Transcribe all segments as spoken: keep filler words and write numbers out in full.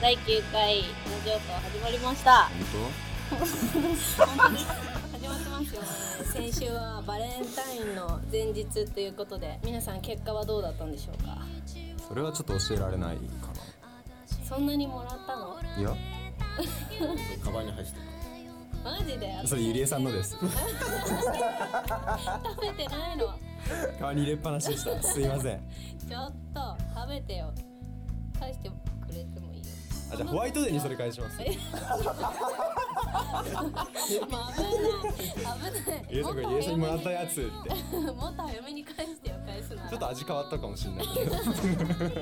だいきゅうかいの情報始まりました。 本本当です始まってますよね。先週はバレンタインの前日ということで、皆さん結果はどうだったんでしょうか。 当？それはちょっと教えられないかそんなにもらったの？ な。いやカバンに入ってる。 マジで？ それゆりえさんのです。 食べてないの。 川に入れっぱなしでした。すいません。 ちょっと食べてよ。返してくれてもいいよ。 あ、じゃあホワイトデーにそれ返します。 危ない危ない。 ゆりえさん、これゆりえさんにもらったやつって。 もっと早めに返してよ。返すならちょっと味変わったかもしれないけど。 やだ、絶対やだ。 はい、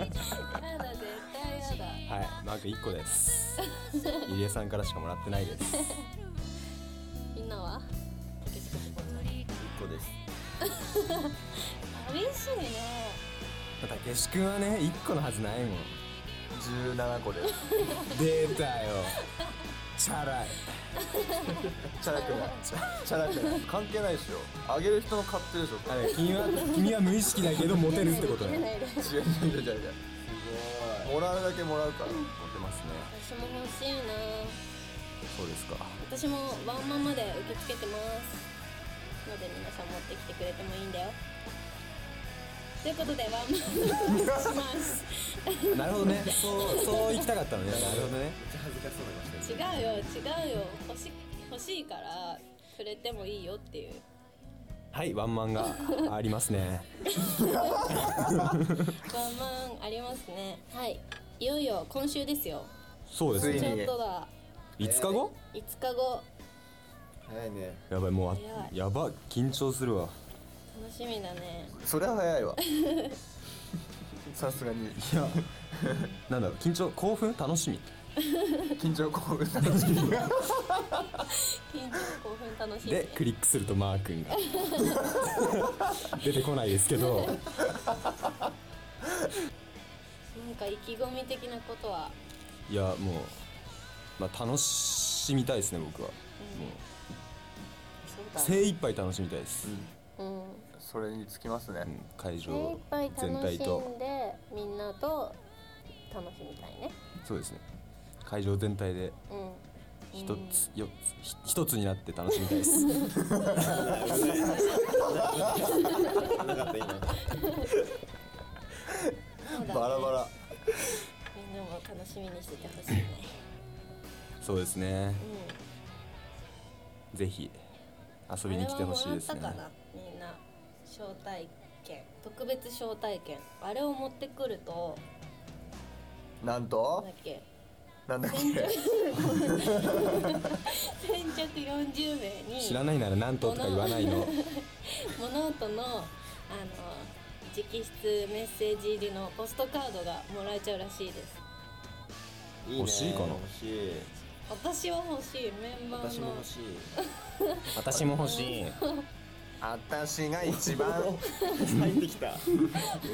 マークいっこです。ゆりえさんからしかもらってないです。 みんなは？ いっこです。 寂しいね。 たけし君はね、いっこのはずないもん。 じゅうななこです。 出たよ。チャラい。 チャラくない。チャラくない。関係ないでしょ。あげる人の勝手でしょ。 あれ、君は君は無意識だけどモテるってことね。 見えないで。 違う違う違う違う。すごい。もらうだけもらうから。 モテますね。 私も欲しいな。 そうですか。 私もワンマンまで受け付けてますので、皆さん持ってきてくれてもいいんだよ。ということでワンマンします。 なるほどね。そうそう行きたかったのね。なるほどね。 めっちゃ恥ずかしそうな顔してる。 違うよ違うよ。欲し欲しいからくれてもいいよっていう。 はい、ワンマンがありますね。 ワンマンありますね。はい。いよいよ今週ですよ。 そうですちょね。 っとだ。 いつかご？ いつかご。 早いね。 やばい、もうあ早いやば緊張するわ。 楽しみだね。 それは早いわ。さすがに。 いや、なんだろう、緊張、興奮、楽しみ。 緊張興奮楽しみ。 緊張興奮楽しみ、ね。 でクリックするとマー君が出てこないですけど。 なんか意気込み的なことは。 いや、もう、まあ、楽しみたいですね、僕は。もう精一杯楽しみたいです。 うん。 それにつきますね。 うん、会精場一杯全楽し体と。 んでみんなと楽しみたいね。 そうですね。会場全体でうん。 一つ、四つ、ひ一つになって楽しみたいです。 そうだね。 バラバラ。 みんなも楽しみにしててほしいね。 そうですね。 うん。 ぜひ遊びに来てほしいですね。 あれはもらったかな、みんな招待券、特別招待券、あれを持ってくるとなんなんとだっけ、 なんだっけ。 先着よんじゅうめいに知らないならなんととか言わないの。 物音のあの直筆メッセージ入りのポストカードがもらえちゃうらしいです。 いいね。 欲しいかな。 欲しい。 私は欲しい。メンバーの私も欲しい。 私も欲しい。 私が一番入ってきた。欲しい。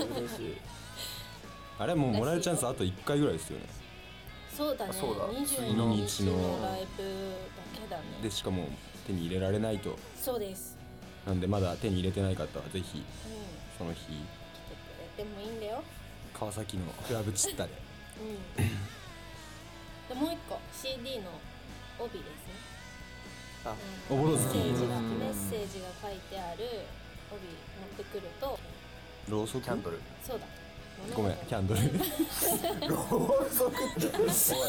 あれもうもらえるチャンスあといっかいぐらいですよね。 そうだね。 そうだにじゅう次のにちのライブだけだね。 でしかも手に入れられないと。 そうです。 なんでまだ手に入れてない方はぜひうん。 その日来てくれてもいいんだよ。 川崎のクラブチッタで。 うん。でもう一個 シーディー の帯ですね。 あ、 おぼろ月メッセージがうんメッセージが書いてある帯持ってくると、 ろうそく。 キャンドル。 そうだ。 ごめん、キャンドル。 ろうそくって。 メンバ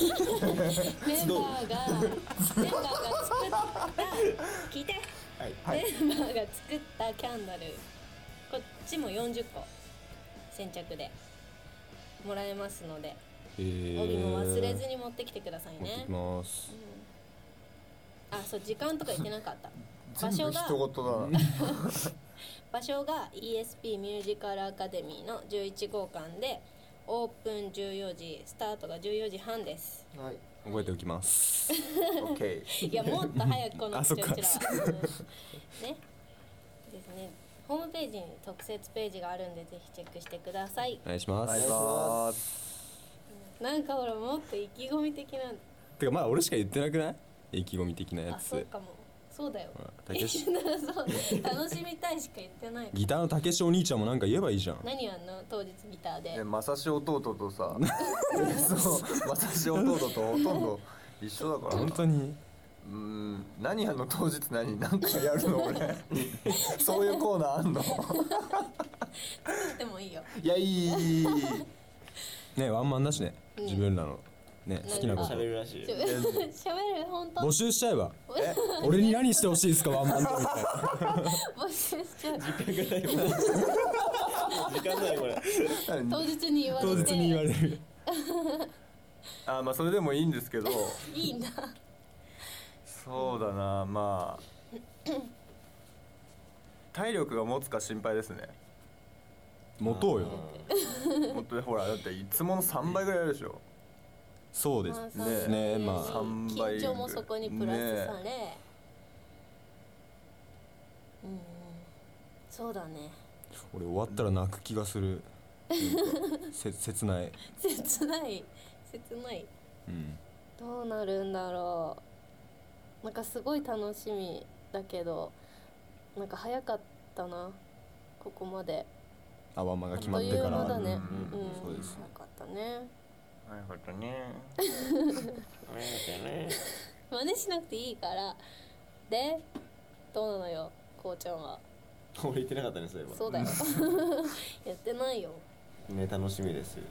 ーがメンバーが作った聞いて、 はい。 メンバーが作ったキャンドル、こっちもよんじゅっこ先着でもらえますので、 えー帯も忘れずに持ってきてくださいね持ってき。ます。 あ、そう、時間とか言ってなかった。場全部所が一言だな。 場所が イーエスピー ミュージカルアカデミーのじゅういちごうかんで、オープンじゅうよじ、スタートがじゅうよじはんです。 はい。 覚えておきます。 オッケー。 いや、もっと早くこのあそっかうちらは、うん、ねですね。ホームページに特設ページがあるんで、ぜひチェックしてください。 お願いします。 お願いします。 なんかほら、もっと意気込み的な。 てかまだ俺しか言ってなくない？意気込み的なやあ、 つ。 そうかも。そうだよ。 ほらたけしそう楽しみたいししか言ってない。 ギターのたけしお兄ちゃんもなんか言えばいいじゃん。 何やんの当日ギターで。 えまさし弟とさそうまさし弟とほとんど一緒だから本当にうーん何やんの当日何何かやるの俺そういうコーナーあんのでもいいよ。 いやいいいいいいねワンマンだしね、 うん自分らのね好きなこと喋るらしいしゃべる本当。 募集しちゃえばえ俺に何してほしいですかワンマンでみたいな募集しちゃう。 時間ないこれ何当日に言われて。 当日に言われるあまあそれでもいいんですけどいいんだ。 そうだなまあ体力が持つか心配ですね持とうよ。 本当にほらだっていつものさんばいぐらいやるでしょそうですまあね。まあさんばい緊張もそこにプラスされ、うんそうだね。 俺終わったら泣く気がする。なんかせ切ない。 切ない切ない。 うん。 どうなるんだろう。なんかすごい楽しみだけど、なんか早かったなここまで。 あワンマンが決まあっというってから。 間だね。 ううんん、 そうです早かったね。 早かったね真似しなくていいから。でどうなのよこうちゃんは。 俺言ってなかったねそういえばそうだよやってないよ。 ね楽しみです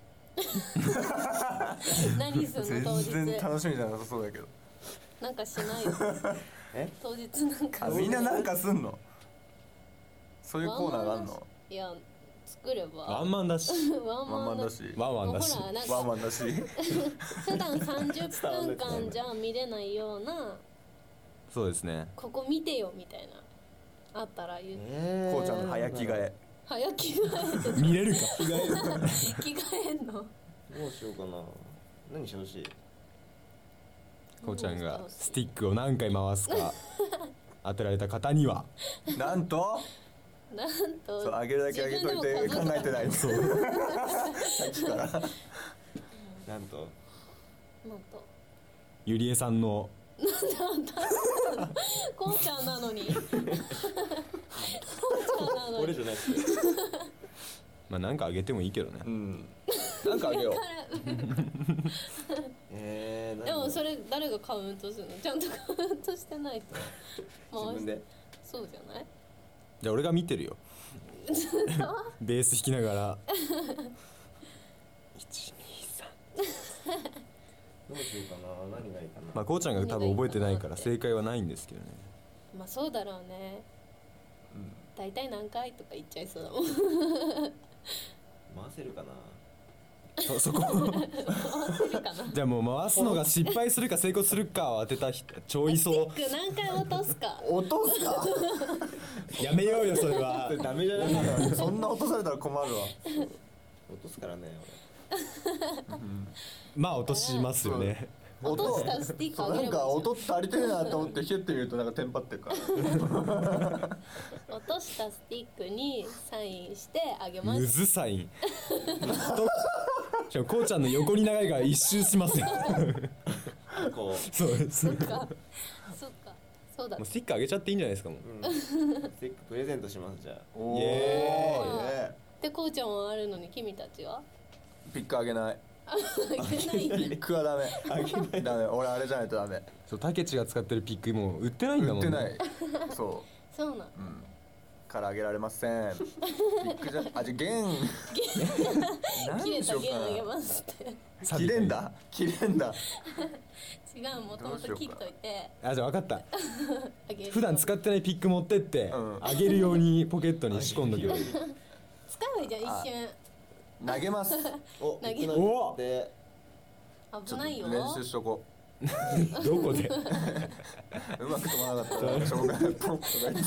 何すんの当日。 全然楽しみじゃなさそうだけどなんかしないよえ当日なんかあみんななんかすんのそういうコーナーがあんのいや作ればワンマンだし。 ワンワンマンだしワンワンだしほ。らなんワンマかンだし普段さんじゅっぷんかんじゃ見れないようなそうですね。 ここ見てよみたいなあったら言う、 えこうちゃんの早着替え早着替え見れるか。 着替えんの。 どうしようかな何してほしいこうちゃんがスティックを何回回すか当てられた方にはなんとなんとそうあげるだけあげといて考えてないいそうさっきからなんとなんとゆりえさんのこうちゃんなのにこうちゃんなのに俺じゃないってまあなんかあげてもいいけどねう。んなんかあげようえー、 でもそれ誰がカウントするの。ちゃんとカウントしてないと自分でそうじゃない。 じゃあ俺が見てるよ。ベース弾きながら。いちにさん。 どうしようかな何がいいかな、 まあこうちゃんが多分覚えてないから正解はないんですけどね。 まあそうだろうね。大体何回とか言っちゃいそうだもん。 回せるかなそそこ。 回せるかな。 じゃあもう回すのが失敗するか成功するかを当てた人超いそう。 スティック何回落とすか。 落とすかやめようよそれは。 ダメじゃないそんな落とされたら困るわ落とすからねまあ落としますよね。 落としたスティックそうあげればいいじゃん。 なんか音足りてるなと思ってヒュッて見るとなんかテンパってるから落としたスティックにサインしてあげまむす。 ずサイン。しかもこうちゃんの横に長いから一周しますよ。 俺こそうです。もそっかそっかそうだうスティックあげちゃっていいんじゃないですかもう。 う、うん、スティックプレゼントしますじゃあおイエーイでこうちゃんはあるのに君たちはピックあげないあげないピックはダメダメ俺あれじゃないとダメそうたけちが使ってるピックもう売ってないんだもんね。 売ってないそそうなんう、うん、からあげられませんピックじゃあじゃあ弦何切れたにしようか弦あげなますって切れんだ切れんだ違うもともと切っといてあじゃあ分かった。 あげる普段使ってないピック持ってって、 うんあげるようにポケットに仕込んどけばいい。 使うじゃん一瞬投げますお投げいくなってちょっと危ないよ練習しとこどこで？ ううまく飛ばなかったらしょうがないポンとか言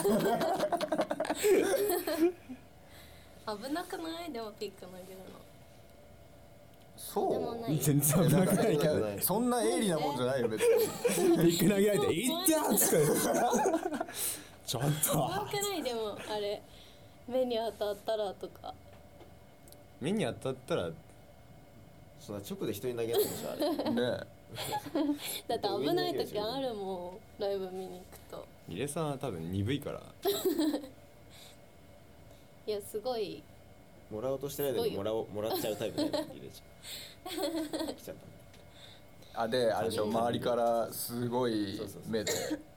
って危なくないでもピック投げるのそうでもない全然危なくないけど。 いやそんな鋭利なもんじゃないよ別にピック投げられて「いった!」っつってちょっと怖くないでもあれ目に当たったらとか目に当たったらそんな直で人に投げないでしょあれねだって危ない時あるもんライブ見に行くとミレさんは多分鈍いからいやすごいもらおうとしてないのにもらおうもらっちゃうタイプだよね。入れちゃう来ちゃったあであれでしょ、周りからすごいそうそうそう目で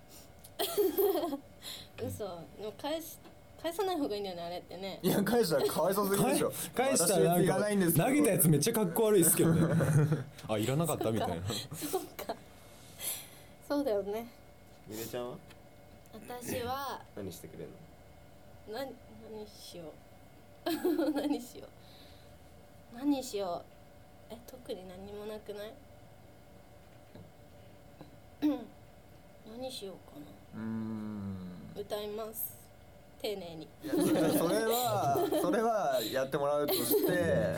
嘘でも返し返さない方がいいんだよねあれってね。 いや返したらかわいそうすぎるでしょ。 返したらなん私いらないんですけどか投げたやつめっちゃかっこ悪いですけどねあいらなかったみたいなそうかそうだよね。 みねちゃんは私は何してくれるの？ な何しよう何しよう何しようえ特に何もなくない何しようかうーんな。歌います丁寧に。 いやそれそれはそれはやってもらうとして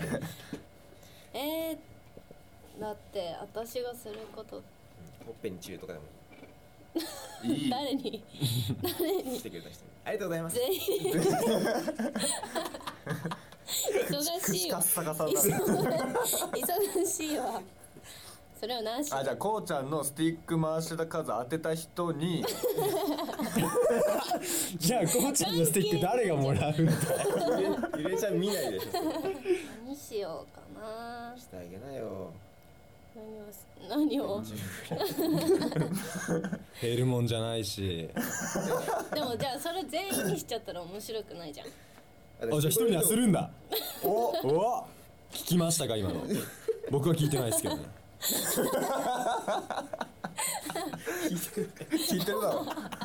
えー、だって私がすることほっぺにチューとかでもいい誰に誰に来てくれた人にありがとうございます。 全員忙しいわカッサカサだ忙しいわそれはなし。 あじゃあこうちゃんのスティック回してた数当てた人にじゃあこうちゃんのスティック誰がもらうんだゆれちゃん見ないでしょ。それ何しようかな。 してあげなよ。 何を何を減るもんじゃないしでもじゃあそれ全員にしちゃったら面白くないじゃん。 あじゃあ一人にはするんだおお聞きましたか今の僕は聞いてないですけどね聞いてるだろ。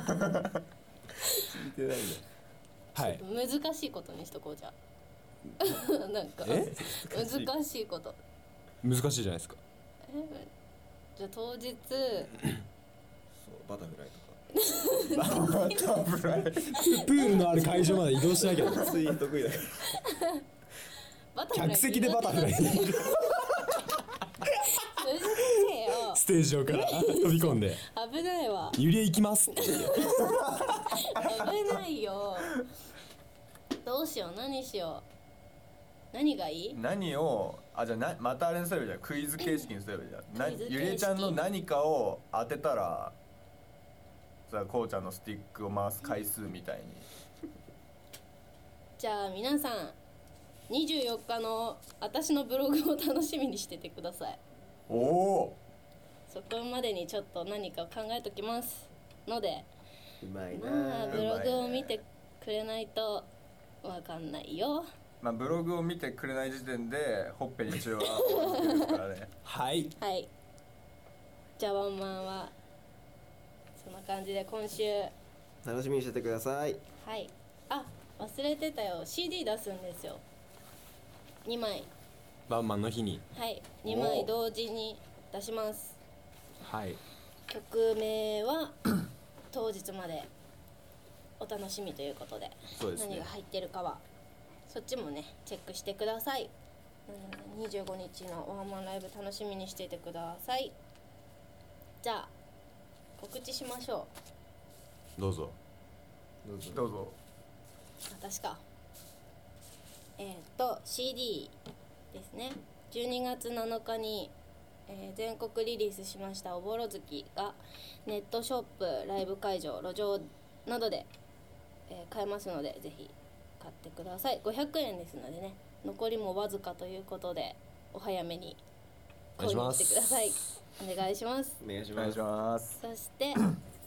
聞いてないんだ。 はい難しいことにしとこうじゃあなんかえ難しいこと難しいじゃないですかえじゃあ当日そうバタフライとか。 バタフライプールのある会場まで移動しなきゃ水泳得意だから。 バタフライ客席でバタフライ難しいよステージ上から飛び込んで危ないわゆりえ行きますって危ないよ。どうしよう何しよう何がいい。 何をあじゃあなまたあれにすればいいじゃん。クイズ形式にすればいいじゃん。なクイズ形式ゆりえちゃんの何かを当てたらさあこうちゃんのスティックを回す回数みたいに。 じゃあ皆さんにじゅうよっかの私のブログを楽しみにしててください。 おおそこまでにちょっと何か考えときますのでうまいなまあブログをうまいね見てくれないとわかんないよ。 まあブログを見てくれない時点でほっぺに中は置いてるからね。 はいはいじゃあワンマンはそんな感じで今週楽しみにしててください。 はいあ忘れてたよ シーディー 出すんですよにまい。 ワンマンの日にはいにまい同時に出します。 はい曲名は当日までお楽しみということでそうですね何が入ってるかはそっちもねチェックしてください。うんにじゅうごにちのワンマンライブ楽しみにしていてください。じゃあ告知しましょどうぞどうぞ。 どうぞ。 う。私かえー、っと シーディー ですね。じゅうにがつなのかに、えー全国リリースしました「おぼろ月」がネットショップライブ会場路上などで、えー買えますのでぜひ買ってください。ごひゃくえんですのでね残りもわずかということでお早めに購入してください。お願いします。 お願いします。 お願いします。 そして、えー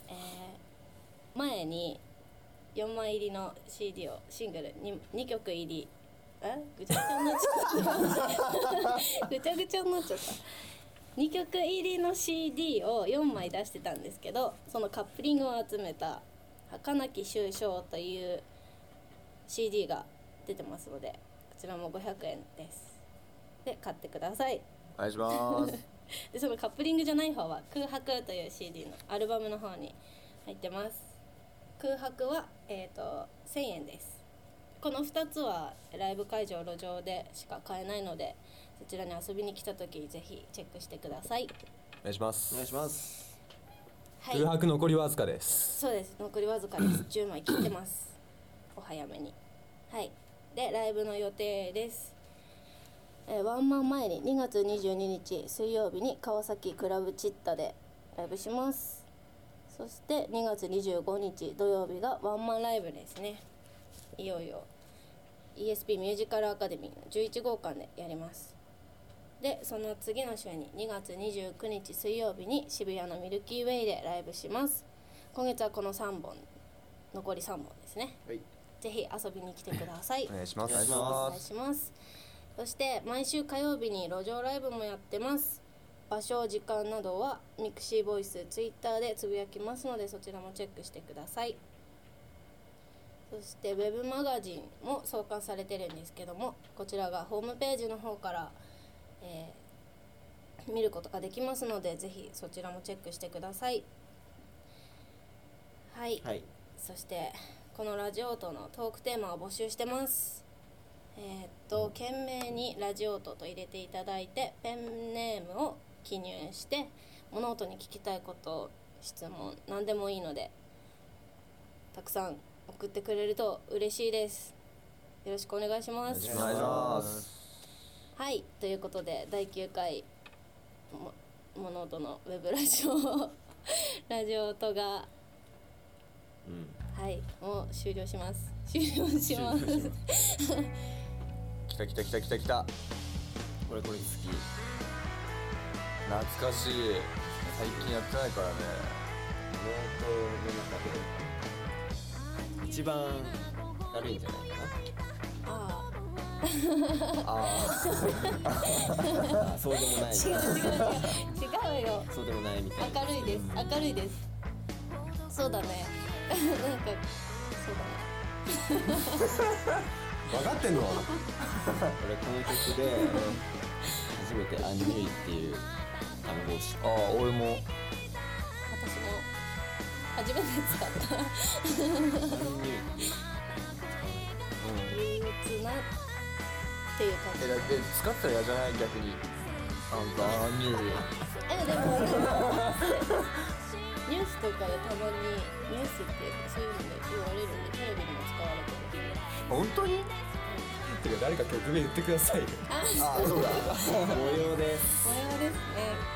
前によんまい入りの シーディー をシングル に, にきょく入りえぐちゃぐちゃになっちゃったぐちゃぐちゃになっちゃったにきょく入りの シーディー をよんまい出してたんですけどそのカップリングを集めた「儚き終章」という シーディー が出てますのでこちらもごひゃくえんですで買ってください。 お願いします。 でそのカップリングじゃない方は「空白」という シーディー のアルバムの方に入ってます。空白は、えー、とせんえんです。このふたつはライブ会場路上でしか買えないのでそちらに遊びに来た時ぜひチェックしてください。 お願いしますお願いします。 はい空白残りわずかです。 そうです残りわずかですじゅうまい切ってますお早めに。はいでライブの予定です。えーワンマン前ににがつにじゅうににち水曜日に川崎クラブチッタでライブします。そしてにがつにじゅうごにち土曜日がワンマンライブですね。いよいよイーエスピー ミュージカルアカデミーのじゅういち号館でやります。でその次の週ににがつにじゅうくにち水曜日に渋谷のミルキーウェイでライブします。今月はこのさんぼん、残りさんぼんですね、 はい、 ぜひ遊びに来てください。 お願いします。 お願いしおま願いします。そして毎週火曜日に路上ライブもやってます。場所時間などはミクシーボイス、ツイッターでつぶやきますので、そちらもチェックしてください。そしてウェブマガジンも創刊されてるんですけども、こちらがホームページの方から、えー、見ることができますので、ぜひそちらもチェックしてください。はい、 はい、 そしてこのラジオ音のトークテーマを募集してます。えー、っと懸命にラジオ音と入れていただいて、ペンネームを記入して物音に聞きたいこと、質問何でもいいのでたくさん送ってくれると嬉しいです。よろしくお願いします。 お願いします。 はい、ということでだいきゅうかいも物音のウェブラジオラジオ音が、 うん、 はいもう終了します終了します来た来た来た来た来た。 これこれ好き。 懐かしい。最近やってないからね。 ノートの中で一番だるいんじゃないかあああな。そうでもない。 違う違う違う違うよ。 そうでもないみたいな。 明るいです明るいです。そうだねなんかそうだね分かってんの？ 俺この曲で初めてアンニュイっていう単語を知った。 ああ俺も。 私も初めて使ったアンニュイって憂鬱なっていう感じ。 えだって使ったら嫌じゃない？逆になんかアンニュイ。 えでもでもニュースとかでたまにニュースってそういうので言われるんで、テレビにも使われてる。 本当に？ てか誰か曲名言ってくださいよ。 ああそうだ。 模様です。 模様ですね。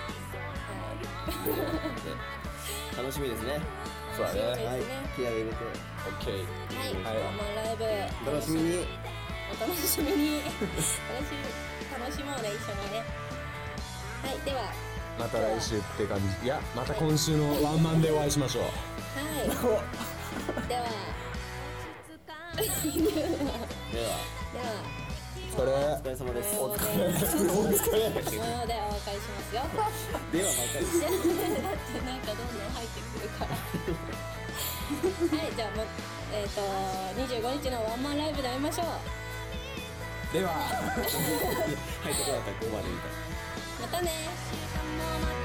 楽しみですね。 そうだね。 はい、気合を入れてオッケー。 はい、ワンマンライブお楽しみに。 お楽しみに楽しみ楽しもうね、一緒にね。はい、ではまた来週って感じ。いやまた今週のワンマンでお会いしましょう。 はいではではではではお疲れ。 お疲れ様です。 お疲れお疲れ。 模様でお別れしますよではまた。 だってなんかどんどん入ってくるからはい、じゃあもうえっ、ー、とにじゅうごにちのワンマンライブで会いましょう。 では入ってこなかったらここまでみたいな。 またね。